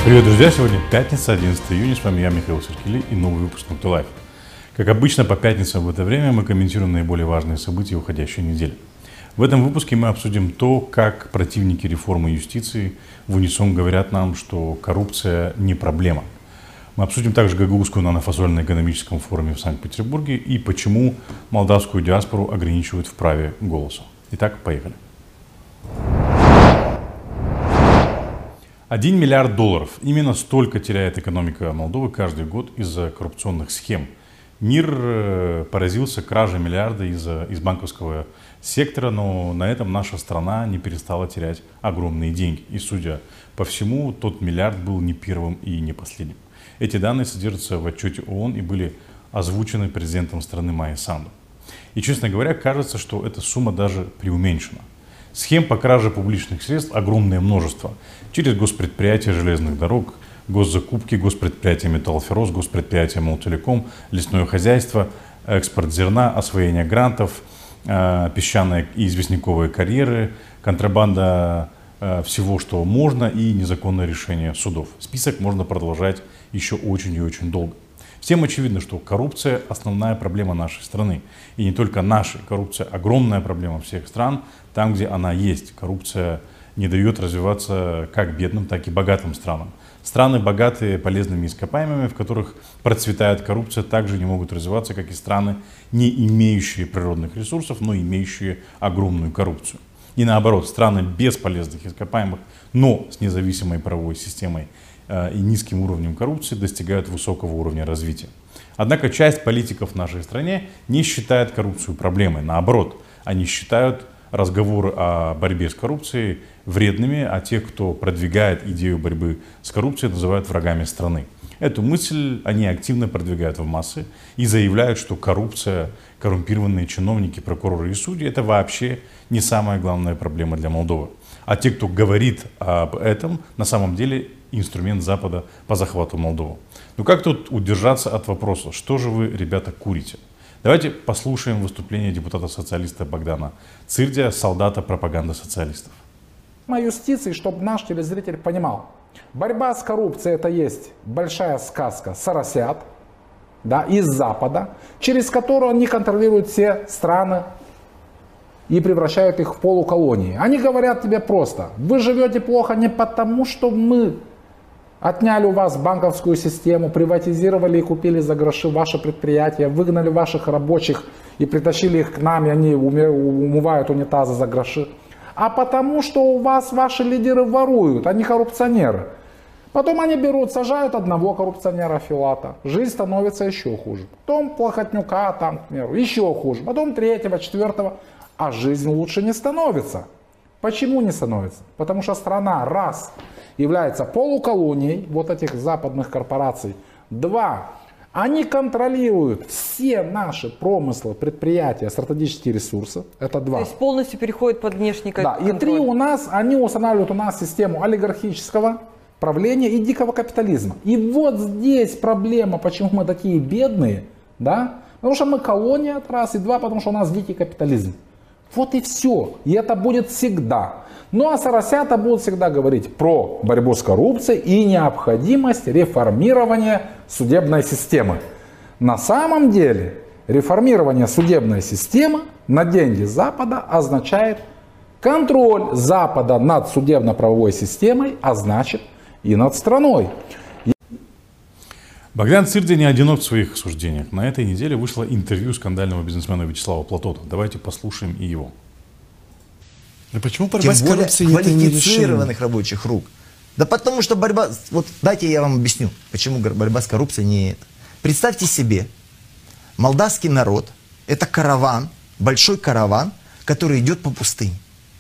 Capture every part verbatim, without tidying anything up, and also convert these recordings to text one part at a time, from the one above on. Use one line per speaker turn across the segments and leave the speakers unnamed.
Привет, друзья! Сегодня пятница, одиннадцатое июня. С вами я, Михаил Сергеев, и новый выпуск Noctu Life. Как обычно, по пятницам в это время мы комментируем наиболее важные события уходящей недели. В этом выпуске мы обсудим то, как противники реформы юстиции в унисон говорят нам, что коррупция не проблема. Мы обсудим также гагаузскую нанофасоль на экономическом форуме в Санкт-Петербурге и почему молдавскую диаспору ограничивают в праве голоса. Итак, поехали. Один миллиард долларов. Именно столько теряет экономика Молдовы каждый год из-за коррупционных схем. Мир поразился краже миллиарда из, из банковского сектора, но на этом наша страна не перестала терять огромные деньги. И, судя по всему, тот миллиард был не первым и не последним. Эти данные содержатся в отчете ООН и были озвучены президентом страны Майей Санду. И, честно говоря, кажется, что эта сумма даже преуменьшена. Схем по краже публичных средств огромное множество. Через госпредприятия железных дорог, госзакупки, госпредприятия Металлферроз, госпредприятия Молтелеком, лесное хозяйство, экспорт зерна, освоение грантов, песчаные и известняковые карьеры, контрабанда всего, что можно, и незаконное решение судов. Список можно продолжать еще очень и очень долго. Всем очевидно, что коррупция – основная проблема нашей страны. И не только нашей. Коррупция – огромная проблема всех стран, там, где она есть. Коррупция не дает развиваться как бедным, так и богатым странам. Страны, богатые полезными ископаемыми, в которых процветает коррупция, также не могут развиваться, как и страны, не имеющие природных ресурсов, но имеющие огромную коррупцию. И наоборот, страны без полезных ископаемых, но с независимой правовой системой и низким уровнем коррупции достигают высокого уровня развития. Однако часть политиков в нашей стране не считает коррупцию проблемой. Наоборот, они считают разговоры о борьбе с коррупцией вредными, а тех, кто продвигает идею борьбы с коррупцией, называют врагами страны. Эту мысль они активно продвигают в массы и заявляют, что коррупция, коррумпированные чиновники, прокуроры и судьи – это вообще не самая главная проблема для Молдовы. А те, кто говорит об этом, на самом деле инструмент Запада по захвату Молдовы. Ну как тут удержаться от вопроса, что же вы, ребята, курите? Давайте послушаем выступление депутата-социалиста Богдана Цирдия, солдата пропаганды социалистов.
Юстиции, чтобы наш телезритель понимал, борьба с коррупцией — это есть большая сказка «Соросят», да, из Запада, через которую они контролируют все страны и превращают их в полуколонии. Они говорят тебе просто: вы живете плохо не потому, что мы отняли у вас банковскую систему, приватизировали и купили за гроши ваши предприятия, выгнали ваших рабочих и притащили их к нам, и они умывают унитазы за гроши. А потому, что у вас ваши лидеры воруют, они коррупционеры. Потом они берут, сажают одного коррупционера Филата, жизнь становится еще хуже. Потом Плохотнюка, там, к примеру, еще хуже. Потом третьего, четвертого, а жизнь лучше не становится. Почему не становится? Потому что страна, раз, является полуколонией вот этих западных корпораций, два, они контролируют все наши промыслы, предприятия, стратегические ресурсы. Это два.
То есть полностью переходит под внешний контроль.
Да, и три, у нас, они устанавливают у нас систему олигархического правления и дикого капитализма. И вот здесь проблема, почему мы такие бедные, да? Потому что мы колония, раз, и два, потому что у нас дикий капитализм. Вот и все. И это будет всегда. Ну а соросята будут всегда говорить про борьбу с коррупцией и необходимость реформирования судебной системы. На самом деле реформирование судебной системы на деньги Запада означает контроль Запада над судебно-правовой системой, а значит и над страной.
Богдан Цирдия не одинок в своих суждениях. На этой неделе вышло интервью скандального бизнесмена Вячеслава Платота. Давайте послушаем и его.
А почему борьба с коррупцией это не квалифицированных рабочих рук? Да потому что борьба... Вот дайте я вам объясню, почему борьба с коррупцией не это. Представьте себе, молдавский народ — это караван, большой караван, который идет по пустыне.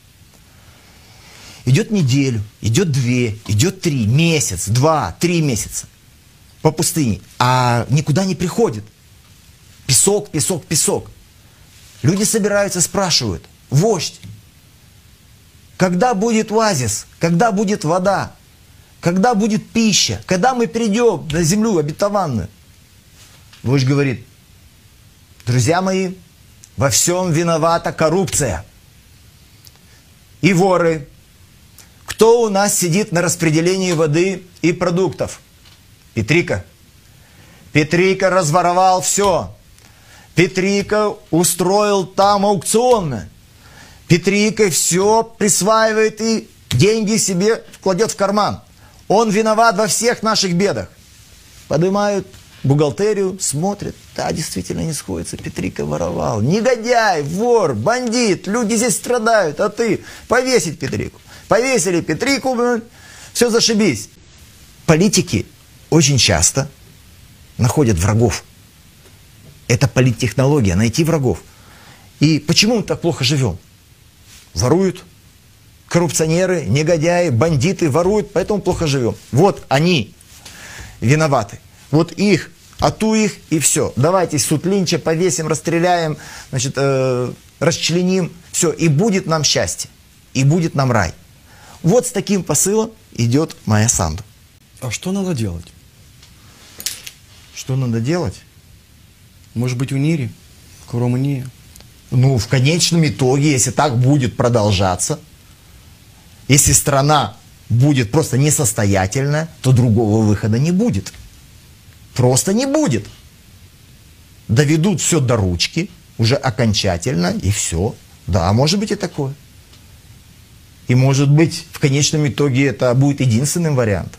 Идет неделю, идет две, идет три, месяц, два, три месяца по пустыне, а никуда не приходит. Песок, песок, песок. Люди собираются, спрашивают: вождь, когда будет оазис, когда будет вода, когда будет пища, когда мы придем на землю обетованную? Вождь говорит: друзья мои, во всем виновата коррупция. И воры. Кто у нас сидит на распределении воды и продуктов? Петрика. Петрика разворовал все. Петрика устроил там аукционы. Петрика все присваивает и деньги себе кладет в карман. Он виноват во всех наших бедах. Поднимают бухгалтерию, смотрят. Да, действительно не сходится. Петрика воровал. Негодяй, вор, бандит. Люди здесь страдают, а ты повесить Петрику. Повесили Петрику, все зашибись. Политики очень часто находят врагов. Это политтехнология, найти врагов. И почему мы так плохо живем? Воруют. Коррупционеры, негодяи, бандиты воруют, поэтому плохо живем. Вот они виноваты. Вот их, а ту их и все. Давайте суд Линча повесим, расстреляем, значит, э, расчленим. Все, и будет нам счастье, и будет нам рай. Вот с таким посылом идет Майя Санду.
А что надо делать?
Что надо делать?
Может быть, в мире, в Румынии?
Ну, в конечном итоге, если так будет продолжаться, если страна будет просто несостоятельная, то другого выхода не будет. Просто не будет. Доведут все до ручки, уже окончательно, и все. Да, может быть и такое. И может быть, в конечном итоге это будет единственным вариантом.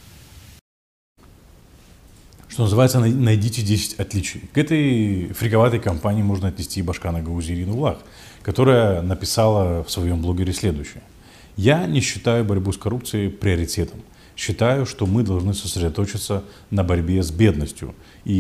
Что называется, найдите десять отличий. К этой фриковатой компании можно отнести и Башкана Гагаузии Ирину Влах, которая написала в своем блогере следующее. Я не считаю борьбу с коррупцией приоритетом. Считаю, что мы должны сосредоточиться на борьбе с бедностью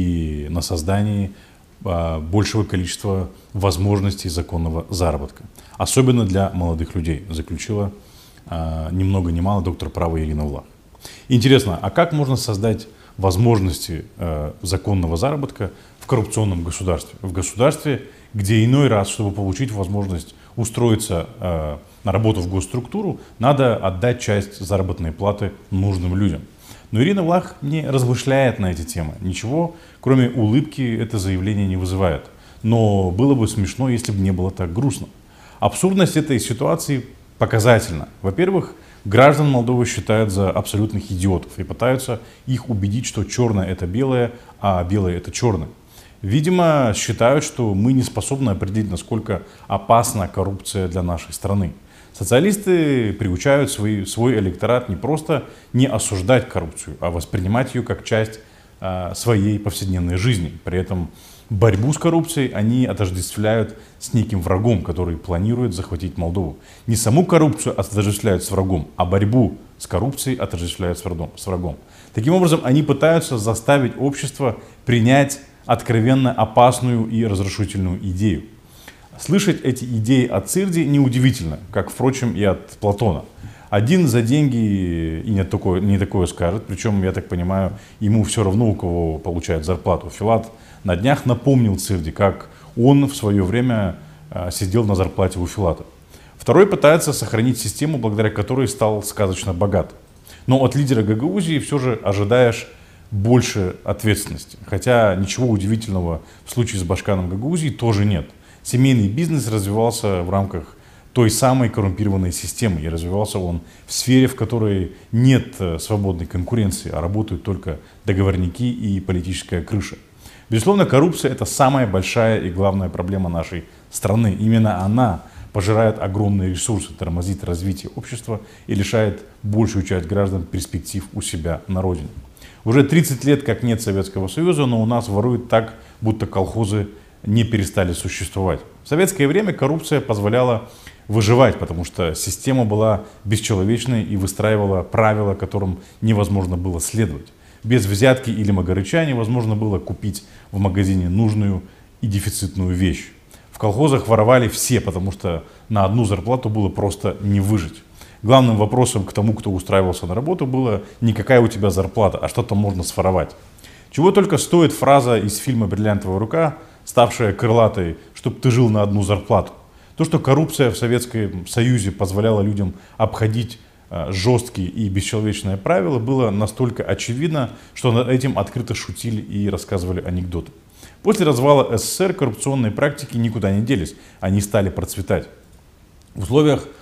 и на создании а, большего количества возможностей законного заработка. Особенно для молодых людей, заключила а, ни много ни мало доктор права Ирина Влах. Интересно, а как можно создать возможности а, законного заработка в коррупционном государстве? В государстве, где иной раз, чтобы получить возможность устроиться а, на работу в госструктуру, надо отдать часть заработной платы нужным людям. Но Ирина Влах не размышляет на эти темы. Ничего, кроме улыбки, это заявление не вызывает. Но было бы смешно, если бы не было так грустно. Абсурдность этой ситуации показательна. Во-первых, граждан Молдовы считают за абсолютных идиотов и пытаются их убедить, что черное это белое, а белое это черное. Видимо, считают, что мы не способны определить, насколько опасна коррупция для нашей страны. Социалисты приучают свой, свой электорат не просто не осуждать коррупцию, а воспринимать ее как часть а, своей повседневной жизни. При этом борьбу с коррупцией они отождествляют с неким врагом, который планирует захватить Молдову. Не саму коррупцию отождествляют с врагом, а борьбу с коррупцией отождествляют с врагом. С врагом. Таким образом, они пытаются заставить общество принять откровенно опасную и разрушительную идею. Слышать эти идеи от Цирди неудивительно, как, впрочем, и от Платона. Один за деньги и не такое, не такое скажет, причем, я так понимаю, ему все равно, у кого получает зарплату. Филат на днях напомнил Цирди, как он в свое время сидел на зарплате у Филата. Второй пытается сохранить систему, благодаря которой стал сказочно богат. Но от лидера Гагаузии все же ожидаешь больше ответственности. Хотя ничего удивительного в случае с Башканом Гагаузии тоже нет. Семейный бизнес развивался в рамках той самой коррумпированной системы. И развивался он в сфере, в которой нет свободной конкуренции, а работают только договорники и политическая крыша. Безусловно, коррупция – это самая большая и главная проблема нашей страны. Именно она пожирает огромные ресурсы, тормозит развитие общества и лишает большую часть граждан перспектив у себя на родине. Уже тридцать лет как нет Советского Союза, но у нас воруют так, будто колхозы не перестали существовать. В советское время коррупция позволяла выживать, потому что система была бесчеловечной и выстраивала правила, которым невозможно было следовать. Без взятки или магарыча невозможно было купить в магазине нужную и дефицитную вещь. В колхозах воровали все, потому что на одну зарплату было просто не выжить. Главным вопросом к тому, кто устраивался на работу, было не какая у тебя зарплата, а что там можно своровать. Чего только стоит фраза из фильма «Бриллиантовая рука», ставшая крылатой, чтобы ты жил на одну зарплату. То, что коррупция в Советском Союзе позволяла людям обходить э, жесткие и бесчеловечные правила, было настолько очевидно, что над этим открыто шутили и рассказывали анекдоты. После развала СССР коррупционные практики никуда не делись, они стали процветать. В условиях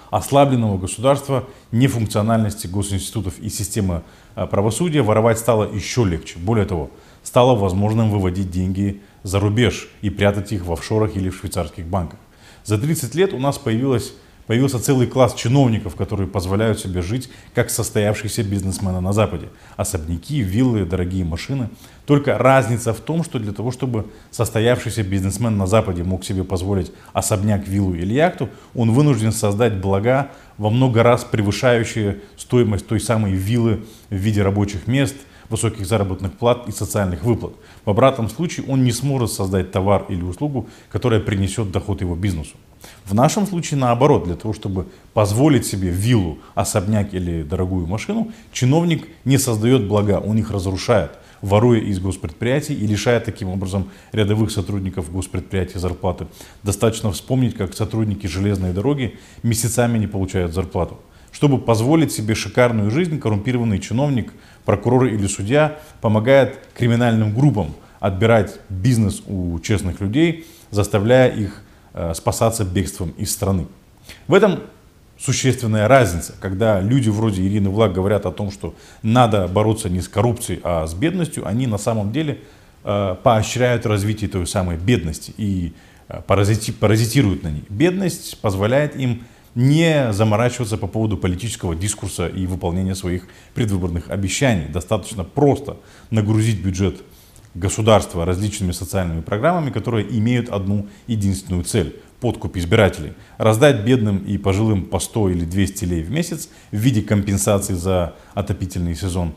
ослабленного государства, нефункциональности госинститутов и системы правосудия воровать стало еще легче. Более того, стало возможным выводить деньги за рубеж и прятать их в офшорах или в швейцарских банках. За тридцать лет у нас появилось, появился целый класс чиновников, которые позволяют себе жить как состоявшиеся бизнесмены на Западе. Особняки, виллы, дорогие машины. Только разница в том, что для того, чтобы состоявшийся бизнесмен на Западе мог себе позволить особняк, виллу или яхту, он вынужден создать блага, во много раз превышающие стоимость той самой виллы в виде рабочих мест, высоких заработных плат и социальных выплат. В обратном случае он не сможет создать товар или услугу, которая принесет доход его бизнесу. В нашем случае наоборот, для того, чтобы позволить себе виллу, особняк или дорогую машину, чиновник не создает блага, он их разрушает, воруя из госпредприятий и лишая таким образом рядовых сотрудников госпредприятий зарплаты. Достаточно вспомнить, как сотрудники железной дороги месяцами не получают зарплату. Чтобы позволить себе шикарную жизнь, коррумпированный чиновник, прокурор или судья помогает криминальным группам отбирать бизнес у честных людей, заставляя их э, спасаться бегством из страны. В этом существенная разница, когда люди вроде Ирины Влах говорят о том, что надо бороться не с коррупцией, а с бедностью, они на самом деле э, поощряют развитие той самой бедности и э, паразити, паразитируют на ней. Бедность позволяет им не заморачиваться по поводу политического дискурса и выполнения своих предвыборных обещаний. Достаточно просто нагрузить бюджет государства различными социальными программами, которые имеют одну единственную цель – подкуп избирателей. Раздать бедным и пожилым по сто или двести лей в месяц в виде компенсации за отопительный сезон.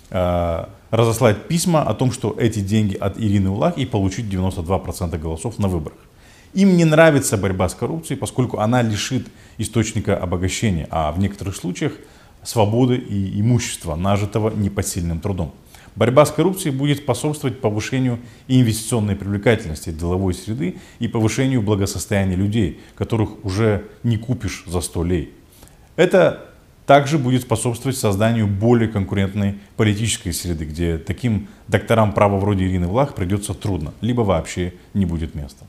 Разослать письма о том, что эти деньги от Ирины Влах, и получить девяносто два процента голосов на выборах. Им не нравится борьба с коррупцией, поскольку она лишит источника обогащения, а в некоторых случаях свободы и имущества, нажитого непосильным трудом. Борьба с коррупцией будет способствовать повышению инвестиционной привлекательности деловой среды и повышению благосостояния людей, которых уже не купишь за сто лей. Это также будет способствовать созданию более конкурентной политической среды, где таким докторам права вроде Ирины Влах придется трудно, либо вообще не будет места.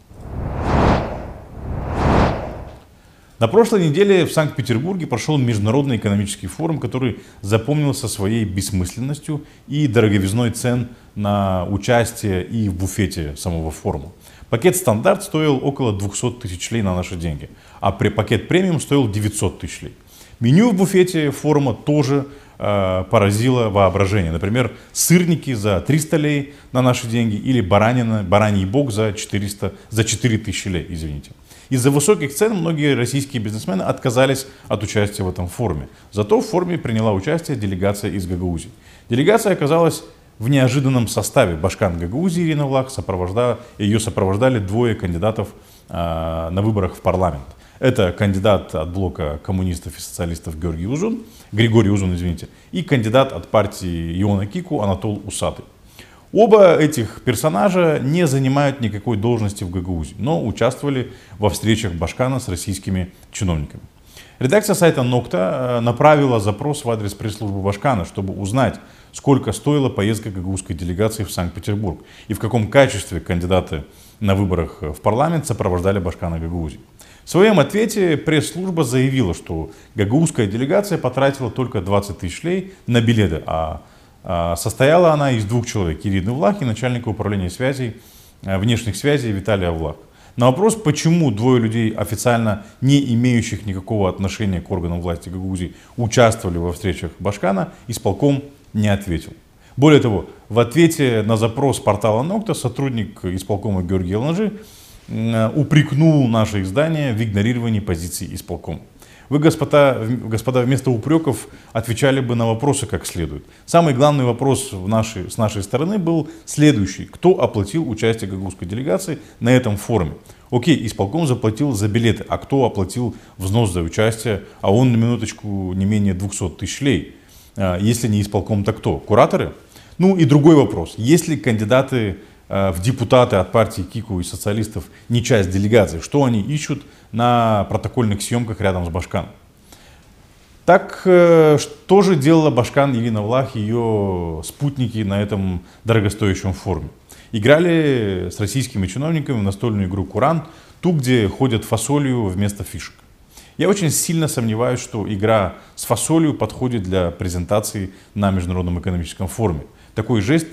На прошлой неделе в Санкт-Петербурге прошел Международный экономический форум, который запомнился своей бессмысленностью и дороговизной цен на участие и в буфете самого форума. Пакет стандарт стоил около двухсот тысяч лей на наши деньги, а пакет премиум стоил девятьсот тысяч лей. Меню в буфете форума тоже э, поразило воображение. Например, сырники за триста лей на наши деньги или баранина, бараний бок за, четыреста, за четыре тысячи лей, извините. Из-за высоких цен многие российские бизнесмены отказались от участия в этом форуме. Зато в форуме приняла участие делегация из Гагаузии. Делегация оказалась в неожиданном составе. Башкан Гагаузии Ирина Влах, сопровождала, ее сопровождали двое кандидатов э, на выборах в парламент. Это кандидат от блока коммунистов и социалистов Георгий Узун, Григорий Узун, извините, и кандидат от партии Иона Кику Анатол Усатый. Оба этих персонажа не занимают никакой должности в Гагаузии, но участвовали во встречах Башкана с российскими чиновниками. Редакция сайта Нокта направила запрос в адрес пресс-службы Башкана, чтобы узнать, сколько стоила поездка гагаузской делегации в Санкт-Петербург и в каком качестве кандидаты на выборах в парламент сопровождали Башкана Гагаузии. В своем ответе пресс-служба заявила, что гагаузская делегация потратила только двадцать тысяч лей на билеты, а состояла она из двух человек, Ирины Влах и начальника управления связей, внешних связей Виталия Влах. На вопрос, почему двое людей, официально не имеющих никакого отношения к органам власти Гагаузии, участвовали во встречах Башкана, исполком не ответил. Более того, в ответе на запрос портала Нокта сотрудник исполкома Георгий Ланжи упрекнул наше издание в игнорировании позиции исполкома. Вы, господа, господа, вместо упреков отвечали бы на вопросы как следует. Самый главный вопрос в нашей, с нашей стороны был следующий. Кто оплатил участие гагаузской делегации на этом форуме? Окей, исполком заплатил за билеты, а кто оплатил взнос за участие? А он на минуточку не менее двухсот тысяч лей. Если не исполком, то кто? Кураторы? Ну и другой вопрос. Если кандидаты в депутаты от партии Кику и социалистов не часть делегации, что они ищут на протокольных съемках рядом с Башканом? Так что же делала Башкан Ирина Влах и ее спутники на этом дорогостоящем форуме? Играли с российскими чиновниками в настольную игру «Куран», ту, где ходят фасолью вместо фишек. Я очень сильно сомневаюсь, что игра с фасолью подходит для презентации на Международном экономическом форуме. Такой жест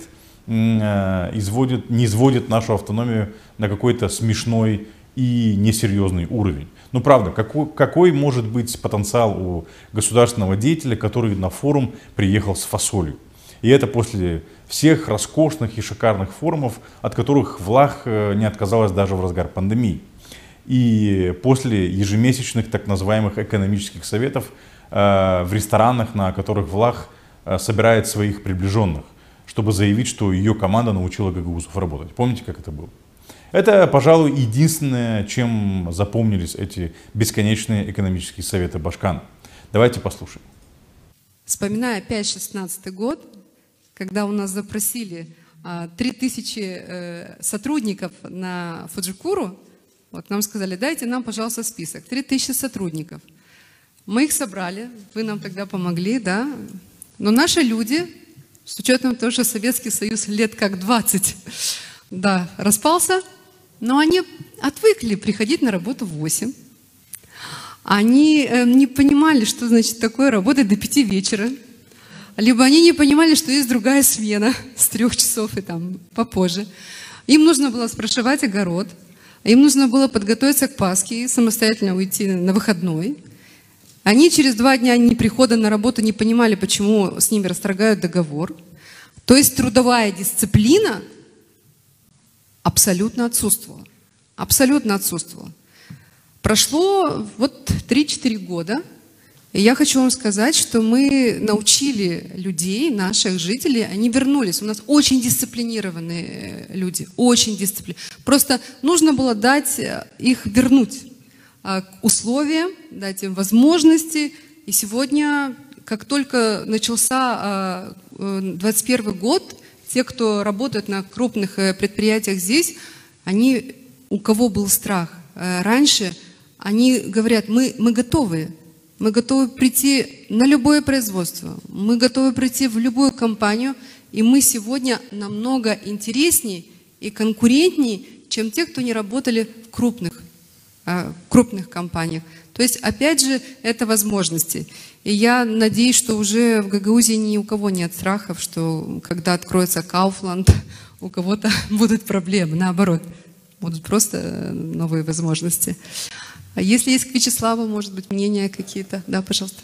изводит, не изводит нашу автономию на какой-то смешной и несерьезный уровень. Ну правда, какой, какой может быть потенциал у государственного деятеля, который на форум приехал с фасолью? И это после всех роскошных и шикарных форумов, от которых ВЛАГ не отказалась даже в разгар пандемии. И после ежемесячных так называемых экономических советов э, в ресторанах, на которых ВЛАГ э, собирает своих приближенных, чтобы заявить, что ее команда научила гагаузов работать. Помните, как это было? Это, пожалуй, единственное, чем запомнились эти бесконечные экономические советы Башкана. Давайте послушаем.
Вспоминая опять шестнадцатый год, когда у нас запросили три тысячи э, сотрудников на Фуджикуру, вот нам сказали, дайте нам, пожалуйста, список. три тысячи сотрудников. Мы их собрали, вы нам тогда помогли, да. Но наши люди, с учетом того, что Советский Союз лет как двадцать, да, распался, но они отвыкли приходить на работу в восемь. Они э, не понимали, что значит такое работать до пяти вечера. Либо они не понимали, что есть другая смена с трех часов и там попозже. Им нужно было спрошивать огород, им нужно было подготовиться к Пасхе и самостоятельно уйти на выходной. Они через два дня неприхода на работу не понимали, почему с ними расторгают договор. То есть трудовая дисциплина абсолютно отсутствовала. Абсолютно отсутствовала. Прошло вот три-четыре года, и я хочу вам сказать, что мы научили людей, наших жителей, они вернулись. У нас очень дисциплинированные люди, очень дисциплинированные. Просто нужно было дать их вернуть к условиям, дать им возможности. И сегодня, как только начался двадцать первый год, те, кто работает на крупных предприятиях здесь, они, у кого был страх раньше, они говорят, мы, мы готовы. Мы готовы прийти на любое производство, мы готовы прийти в любую компанию, и мы сегодня намного интереснее и конкурентнее, чем те, кто не работали в крупных, э, крупных компаниях. То есть, опять же, это возможности. И я надеюсь, что уже в Гагаузии ни у кого нет страхов, что когда откроется Kaufland, у кого-то будут проблемы. Наоборот, будут просто новые возможности. А если есть к Вячеславу, может быть, мнения какие-то? Да, пожалуйста.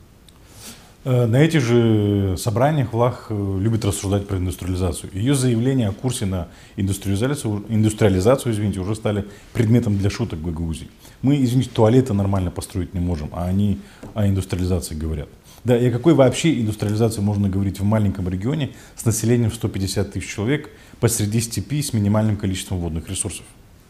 На этих же собраниях ВЛАГ любит рассуждать про индустриализацию. Ее заявления о курсе на индустриализацию, индустриализацию извините, уже стали предметом для шуток в Гагаузии. Мы, извините, туалеты нормально построить не можем, а они о индустриализации говорят. Да, и о какой вообще индустриализации можно говорить в маленьком регионе с населением в сто пятьдесят тысяч человек посреди степи с минимальным количеством водных ресурсов?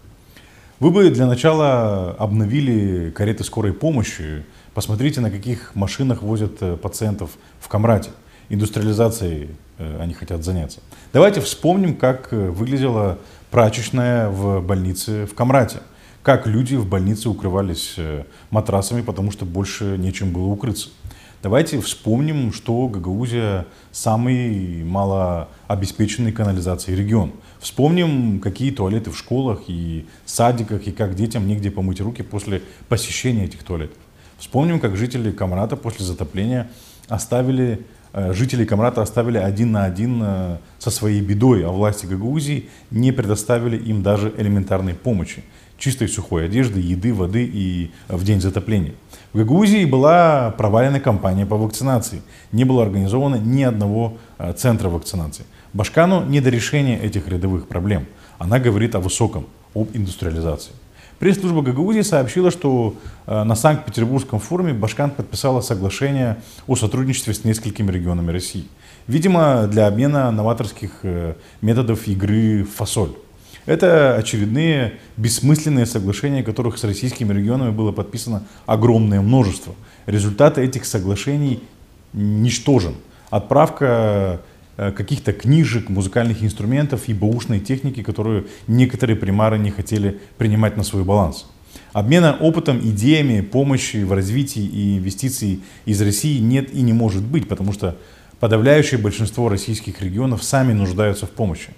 Вы бы для начала обновили кареты скорой помощи. Посмотрите, на каких машинах возят пациентов в Камрате. Индустриализацией они хотят заняться. Давайте вспомним, как выглядела прачечная в больнице в Камрате. Как люди в больнице укрывались матрасами, потому что больше нечем было укрыться. Давайте вспомним, что Гагаузия самый малообеспеченный канализацией регион. Вспомним, какие туалеты в школах и садиках, и как детям негде помыть руки после посещения этих туалетов. Вспомним, как жители Камрата после затопления оставили, жители Камрата оставили один на один со своей бедой, а власти Гагаузии не предоставили им даже элементарной помощи. Чистой сухой одежды, еды, воды и в день затопления. В Гагаузии была провалена кампания по вакцинации. Не было организовано ни одного центра вакцинации. Башкану не до решения этих рядовых проблем. Она говорит о высоком, об индустриализации. Пресс-служба Гагаузии сообщила, что на Санкт-Петербургском форуме Башкан подписала соглашение о сотрудничестве с несколькими регионами России. Видимо, для обмена новаторских методов игры в фасоль. Это очередные бессмысленные соглашения, которых с российскими регионами было подписано огромное множество. Результаты этих соглашений ничтожен. Отправка каких-то книжек, музыкальных инструментов и бэушной техники, которую некоторые примары не хотели принимать на свой баланс. Обмена опытом, идеями, помощи в развитии и инвестиций из России нет и не может быть, потому что подавляющее большинство российских регионов сами нуждаются в помощи.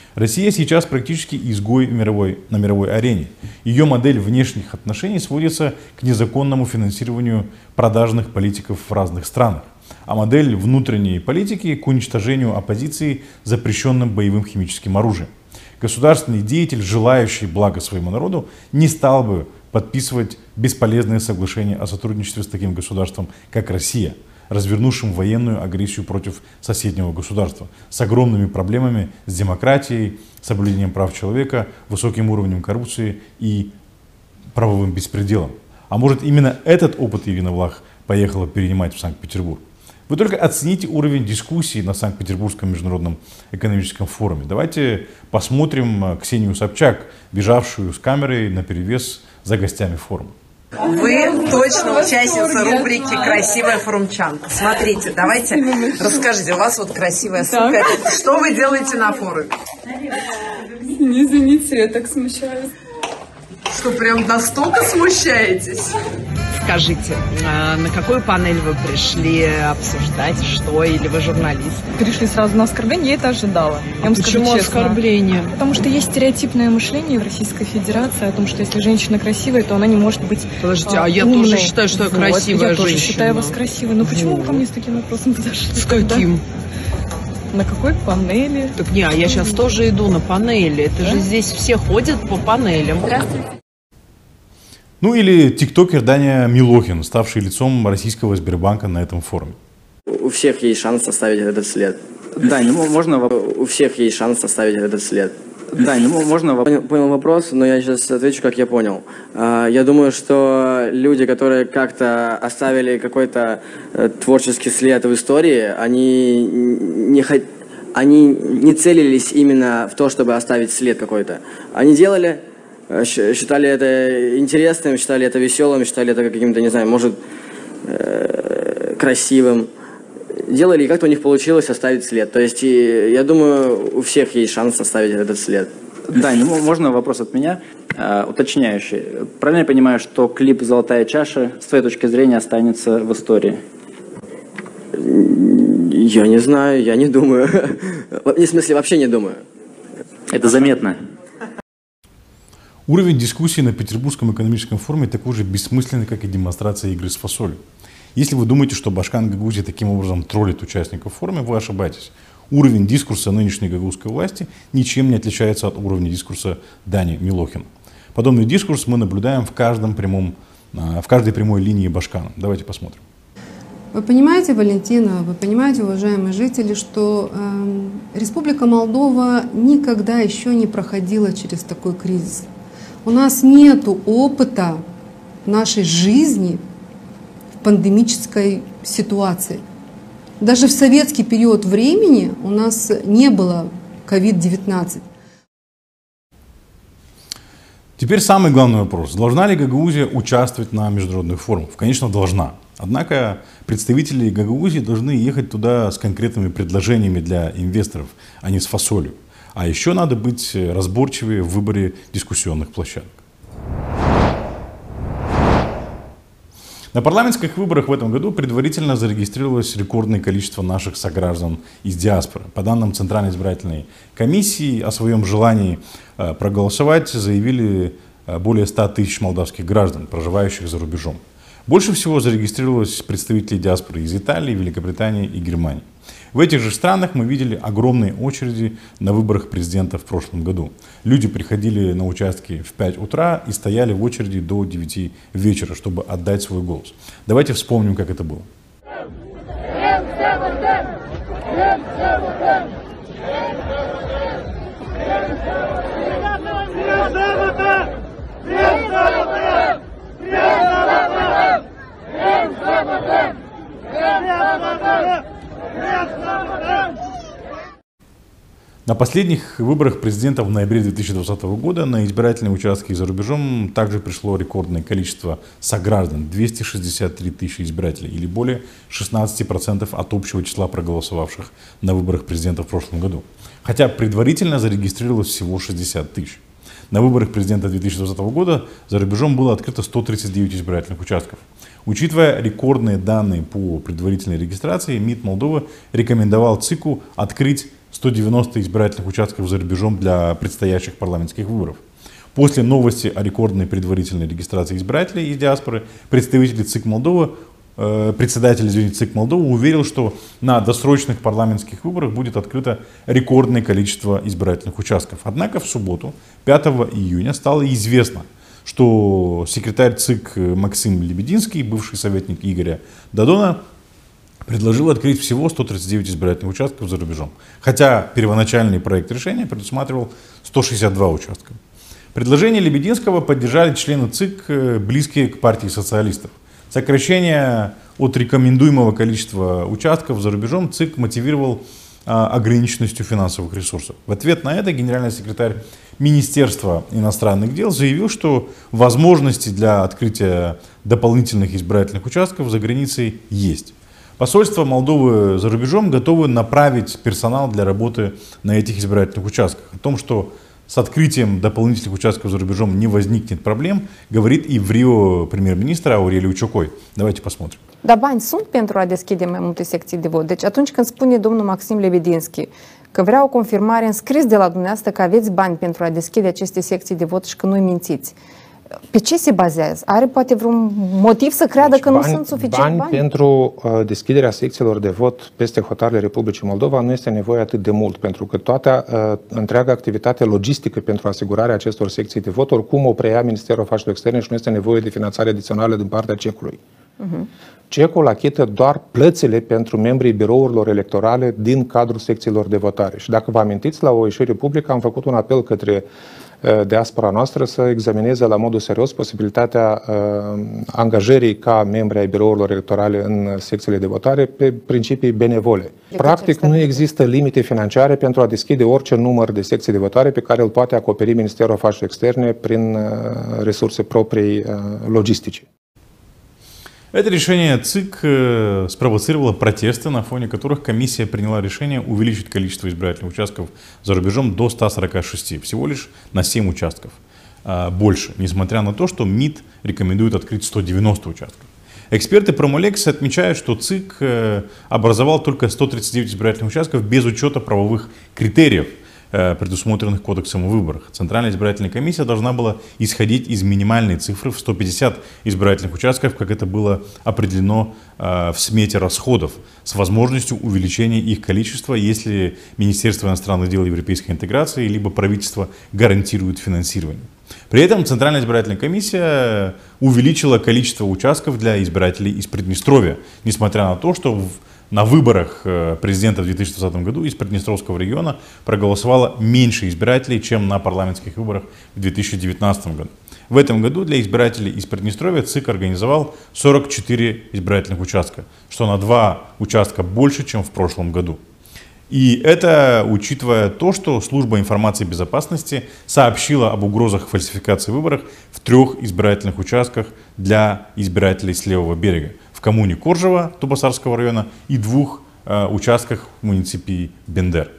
Россия сейчас практически изгой мировой, на мировой арене. Ее модель внешних отношений сводится к незаконному финансированию продажных политиков в разных странах, а модель внутренней политики к уничтожению оппозиции запрещенным боевым химическим оружием. Государственный деятель, желающий блага своему народу, не стал бы подписывать бесполезные соглашения о сотрудничестве с таким государством, как Россия, развернувшим военную агрессию против соседнего государства, с огромными проблемами с демократией, соблюдением прав человека, высоким уровнем коррупции и правовым беспределом. А может, именно этот опыт Ирина Влах поехала перенимать в Санкт-Петербург? Вы только оцените уровень дискуссии на Санкт-Петербургском международном экономическом форуме. Давайте посмотрим Ксению Собчак, бежавшую с камерой наперевес за гостями форума.
Вы точно участница рубрики «Красивая форумчанка». Смотрите, давайте расскажите, у вас вот красивая сумка. Что вы делаете на форуме?
Не извините, я так смущаюсь.
Что, прям настолько смущаетесь? Скажите, на какую панель вы пришли обсуждать, что, или вы журналист?
Пришли сразу на оскорбление, я это ожидала. Я вам
Почему
скажу честно.
оскорбление?
Потому что есть стереотипное мышление в Российской Федерации о том, что если женщина красивая, то она не может быть
Подождите,
а,
а я
умной.
тоже считаю, что я
вот,
красивая
я тоже
женщина.
считаю вас красивой. Но почему вы ко мне с таким вопросом подошли?
С каким?
На какой панели?
Так не, а я сейчас тоже иду на панели. Это да? же здесь все ходят по панелям.
Здравствуйте.
Ну или тиктокер Даня Милохин, ставший лицом российского Сбербанка на этом форуме.
У всех есть шанс оставить этот след. Да, не можно. У всех есть шанс оставить этот след. Да, не можно. Понял вопрос, но я сейчас отвечу, как я понял. Я думаю, что люди, которые как-то оставили какой-то творческий след в истории, они не хот... они не целились именно в то, чтобы оставить след какой-то. Они делали, считали это интересным, считали это веселым, считали это каким-то, не знаю, может, красивым. Делали, и как-то у них получилось оставить след. То есть, и, я думаю, у всех есть шанс оставить этот след.
Да, не, можно вопрос от меня, э, уточняющий. Правильно я понимаю, что клип «Золотая чаша» с твоей точки зрения останется в истории?
Я не знаю, я не думаю. В смысле, вообще не думаю.
Это заметно.
Уровень дискуссии на Петербургском экономическом форуме такой же бессмысленный, как и демонстрация игры с фасолью. Если вы думаете, что Башкан Гагаузия таким образом троллит участников форума, вы ошибаетесь. Уровень дискурса нынешней гагаузской власти ничем не отличается от уровня дискурса Дани Милохина. Подобный дискурс мы наблюдаем в, каждом прямом, в каждой прямой линии Башкана. Давайте посмотрим.
Вы понимаете, Валентина, вы понимаете, уважаемые жители, что э, Республика Молдова никогда еще не проходила через такой кризис. У нас нет опыта нашей жизни в пандемической ситуации. Даже в советский период времени у нас не было ковид девятнадцать.
Теперь самый главный вопрос. Должна ли Гагаузия участвовать на международных форумах? Конечно, должна. Однако представители Гагаузии должны ехать туда с конкретными предложениями для инвесторов, а не с фасолью. А еще надо быть разборчивее в выборе дискуссионных площадок. На парламентских выборах в этом году предварительно зарегистрировалось рекордное количество наших сограждан из диаспоры. По данным Центральной избирательной комиссии, о своем желании проголосовать заявили более ста тысяч молдавских граждан, проживающих за рубежом. Больше всего зарегистрировалось представителей диаспоры из Италии, Великобритании и Германии. В этих же странах мы видели огромные очереди на выборах президента в прошлом году. Люди приходили на участки в пять утра и стояли в очереди до девяти вечера, чтобы отдать свой голос. Давайте вспомним, как это было. На последних выборах президента в ноябре две тысячи двадцатого года на избирательные участки за рубежом также пришло рекордное количество сограждан – двести шестьдесят три тысячи избирателей, или более шестнадцать процентов от общего числа проголосовавших на выборах президента в прошлом году. Хотя предварительно зарегистрировалось всего шестьдесят тысяч. На выборах президента две тысячи двадцатого года за рубежом было открыто сто тридцать девять избирательных участков. Учитывая рекордные данные по предварительной регистрации, МИД Молдовы рекомендовал ЦИКу открыть сто девяносто избирательных участков за рубежом для предстоящих парламентских выборов. После новости о рекордной предварительной регистрации избирателей из диаспоры представитель ЦИК Молдовы, э, председатель извините, ЦИК Молдовы уверил, что на досрочных парламентских выборах будет открыто рекордное количество избирательных участков. Однако в субботу, пятого июня, стало известно, что секретарь ЦИК Максим Лебединский, бывший советник Игоря Додона, предложил открыть всего сто тридцать девять избирательных участков за рубежом. Хотя первоначальный проект решения предусматривал сто шестьдесят два участка. Предложение Лебединского поддержали члены ЦИК, близкие к партии социалистов. Сокращение от рекомендуемого количества участков за рубежом ЦИК мотивировал а, ограниченностью финансовых ресурсов. В ответ на это генеральный секретарь Министерства иностранных дел заявил, что возможности для открытия дополнительных избирательных участков за границей есть. Посольство Молдовы за рубежом готовы направить персонал для работы на этих избирательных участках. О том, что с открытием дополнительных участков за rubежом не возникнет проблем, говорит и в Рио prim-ministru Aureliu Ciocoi. Давайте посмотрим.
Dar bani sunt pentru a deschide mai multe secții de vot. Deci atunci când spune domnul Maxim Lebedinski că vrea o confirmare în scris de la dumneavoastră că aveți bani pentru a deschide aceste secții de vot și că nu-i mințiți, pe ce se bazează? Are poate vreun motiv să creadă deci că bani, nu sunt suficient bani?
Bani pentru uh, deschiderea secțiilor de vot peste hotarele Republicii Moldova nu este nevoie atât de mult, pentru că toată uh, întreaga activitate logistică pentru asigurarea acestor secții de vot oricum o preia Ministerul Afacerilor Externe și nu este nevoie de finanțare adițională din partea cecului. Uh-huh. Cecul achită doar plățile pentru membrii birourilor electorale din cadrul secțiilor de votare. Și dacă vă amintiți, la o ieșire publică am făcut un apel către diaspora noastră să examineze la modul serios posibilitatea uh, angajării ca membri ai birourilor electorale în secțiile de votare pe principii benevole. Practic nu există limite financiare pentru a deschide orice număr de secții de votare pe care îl poate acoperi Ministerul Afacerilor Externe prin uh, resurse proprii uh, logistice.
Это решение ЦИК спровоцировало протесты, на фоне которых комиссия приняла решение увеличить количество избирательных участков за рубежом до ста сорока шести, всего лишь на семь участков больше, несмотря на то, что МИД рекомендует открыть сто девяносто участков. Эксперты Промолекс отмечают, что ЦИК образовал только сто тридцать девять избирательных участков без учета правовых критериев, предусмотренных Кодексом о выборах. Центральная избирательная комиссия должна была исходить из минимальной цифры в сто пятьдесят избирательных участков, как это было определено в смете расходов, с возможностью увеличения их количества, если Министерство иностранных дел и европейской интеграции либо правительство гарантирует финансирование. При этом Центральная избирательная комиссия увеличила количество участков для избирателей из Приднестровья, несмотря на то, что в На выборах президента в две тысячи двадцатом году из Приднестровского региона проголосовало меньше избирателей, чем на парламентских выборах в две тысячи девятнадцатом году. В этом году для избирателей из Приднестровья ЦИК организовал сорок четыре избирательных участка, что на два участка больше, чем в прошлом году. И это учитывая то, что Служба информации и безопасности сообщила об угрозах фальсификации выборов в трех избирательных участках для избирателей с левого берега. В коммуне Коржево Тубасарского района и двух э, участках в муниципии Бендер.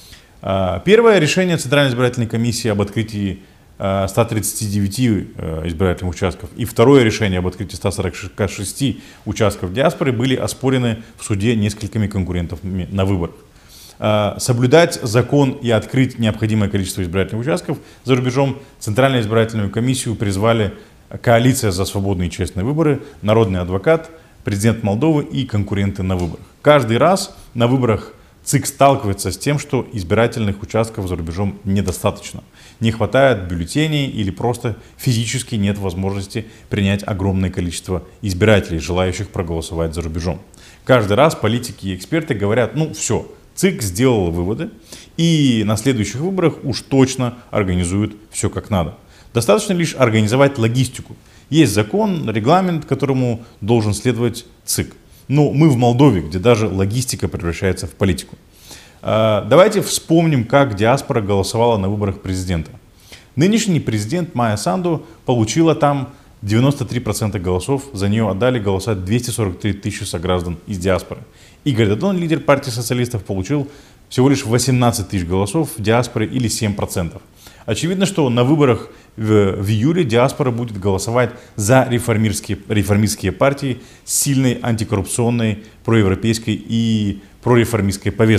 Э, первое решение Центральной избирательной комиссии об открытии э, ста тридцати девяти э, избирательных участков и второе решение об открытии ста сорока шести участков диаспоры были оспорены в суде несколькими конкурентами на выборах. Э, соблюдать закон и открыть необходимое количество избирательных участков за рубежом Центральную избирательную комиссию призвали Коалиция за свободные и честные выборы, Народный адвокат, президент Молдовы и конкуренты на выборах. Каждый раз на выборах ЦИК сталкивается с тем, что избирательных участков за рубежом недостаточно. Не хватает бюллетеней или просто физически нет возможности принять огромное количество избирателей, желающих проголосовать за рубежом. Каждый раз политики и эксперты говорят, ну все, ЦИК сделал выводы и на следующих выборах уж точно организует все как надо. Достаточно лишь организовать логистику. Есть закон, регламент, которому должен следовать ЦИК. Но мы в Молдове, где даже логистика превращается в политику. Давайте вспомним, как диаспора голосовала на выборах президента. Нынешний президент Майя Санду получила там девяносто три процента голосов, за нее отдали голосовать двести сорок три тысячи сограждан из диаспоры. Игорь Додон, лидер партии социалистов, получил всего лишь восемнадцать тысяч голосов в диаспоре или семь процентов. Очевидно, что на выборах в, в июле диаспора будет голосовать за реформистские, реформистские партии с сильной антикоррупционной, проевропейской и прореформистской повесткой.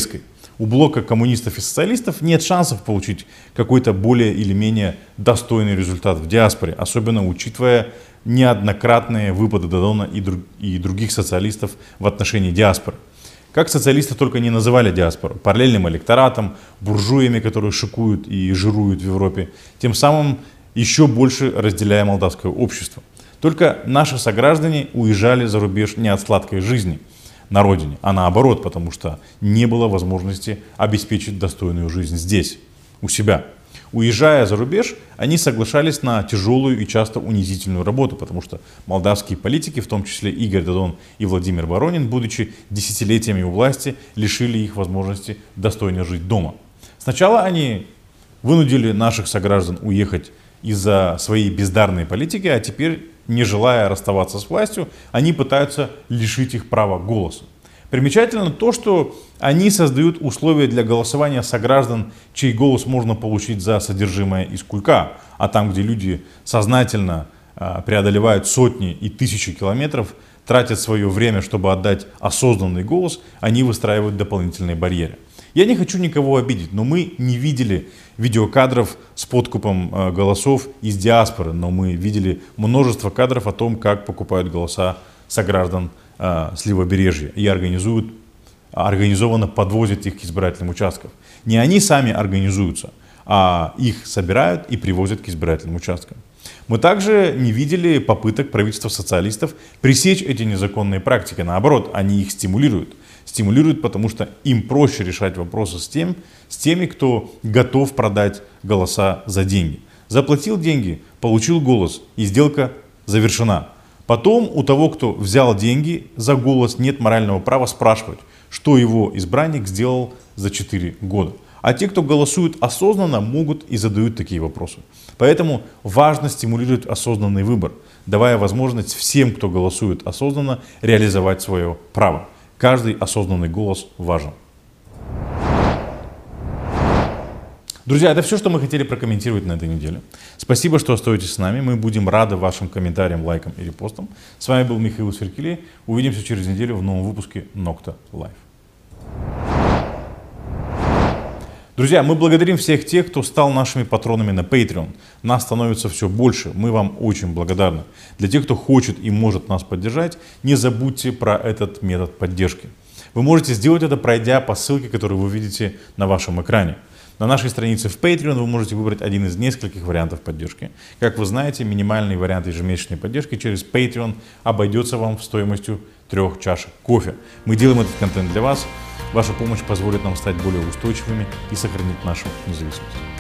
у блока коммунистов и социалистов нет шансов получить какой-то более или менее достойный результат в диаспоре, особенно учитывая неоднократные выпады Додона и, друг, и других социалистов в отношении диаспоры. Как социалисты только не называли диаспору: параллельным электоратом, буржуями, которые шикуют и жируют в Европе, тем самым еще больше разделяя молдавское общество. Только наши сограждане уезжали за рубеж не от сладкой жизни на родине, а наоборот, потому что не было возможности обеспечить достойную жизнь здесь, у себя. Уезжая за рубеж, они соглашались на тяжелую и часто унизительную работу, потому что молдавские политики, в том числе Игорь Додон и Владимир Воронин, будучи десятилетиями у власти, лишили их возможности достойно жить дома. Сначала они вынудили наших сограждан уехать из-за своей бездарной политики, а теперь, не желая расставаться с властью, они пытаются лишить их права голоса. Примечательно то, что они создают условия для голосования сограждан, чей голос можно получить за содержимое из кулька, а там, где люди сознательно а, преодолевают сотни и тысячи километров, тратят свое время, чтобы отдать осознанный голос, они выстраивают дополнительные барьеры. Я не хочу никого обидеть, но мы не видели видеокадров с подкупом э, голосов из диаспоры, но мы видели множество кадров о том, как покупают голоса сограждан э, с левобережья и организуют, организованно подвозят их к избирательным участкам. Не они сами организуются, а их собирают и привозят к избирательным участкам. Мы также не видели попыток правительства социалистов пресечь эти незаконные практики. Наоборот, они их стимулируют. Стимулируют, потому что им проще решать вопросы с, тем, с теми, кто готов продать голоса за деньги. Заплатил деньги, получил голос, и сделка завершена. Потом у того, кто взял деньги за голос, нет морального права спрашивать, что его избранник сделал за четыре года. А те, кто голосует осознанно, могут и задают такие вопросы. Поэтому важно стимулировать осознанный выбор, давая возможность всем, кто голосует осознанно, реализовать свое право. Каждый осознанный голос важен. Друзья, это все, что мы хотели прокомментировать на этой неделе. Спасибо, что остаетесь с нами. Мы будем рады вашим комментариям, лайкам и репостам. С вами был Михаил Сверкелей. Увидимся через неделю в новом выпуске Nocta Live. Друзья, мы благодарим всех тех, кто стал нашими патронами на Patreon. Нас становится все больше, мы вам очень благодарны. Для тех, кто хочет и может нас поддержать, не забудьте про этот метод поддержки. Вы можете сделать это, пройдя по ссылке, которую вы видите на вашем экране. На нашей странице в Patreon вы можете выбрать один из нескольких вариантов поддержки. Как вы знаете, минимальный вариант ежемесячной поддержки через Patreon обойдется вам в стоимостью трех чашек кофе. Мы делаем этот контент для вас. Ваша помощь позволит нам стать более устойчивыми и сохранить нашу независимость.